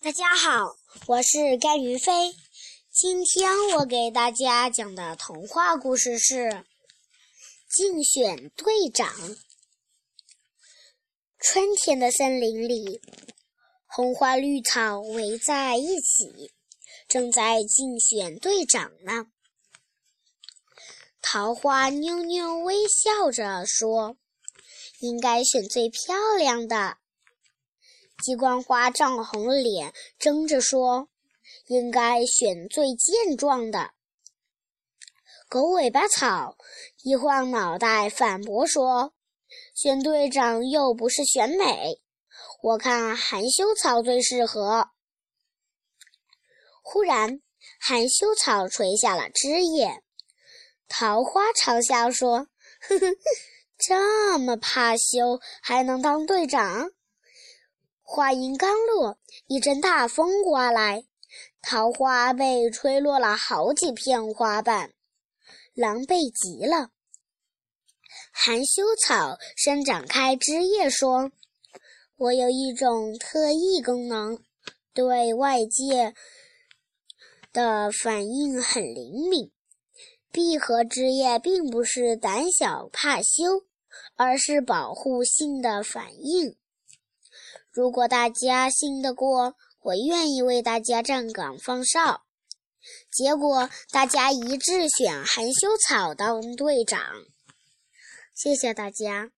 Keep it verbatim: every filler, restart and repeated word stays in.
大家好，我是甘云飞。今天我给大家讲的童话故事是竞选队长。春天的森林里，红花绿草围在一起，正在竞选队长呢。桃花妞妞微笑着说：“应该选最漂亮的。”鸡冠花涨红了脸，争着说：“应该选最健壮的。”狗尾巴草一晃脑袋反驳说：“选队长又不是选美，我看含羞草最适合。”忽然，含羞草垂下了枝叶，桃花嘲笑说：“呵呵，这么怕羞，还能当队长？”话音刚落，一阵大风刮来，桃花被吹落了好几片花瓣，狼狈极了。含羞草伸展开枝叶说：“我有一种特异功能，对外界的反应很灵敏。闭合枝叶并不是胆小怕羞，而是保护性的反应。如果大家信得过，我愿意为大家站岗放哨。”结果大家一致选含羞草当队长。谢谢大家。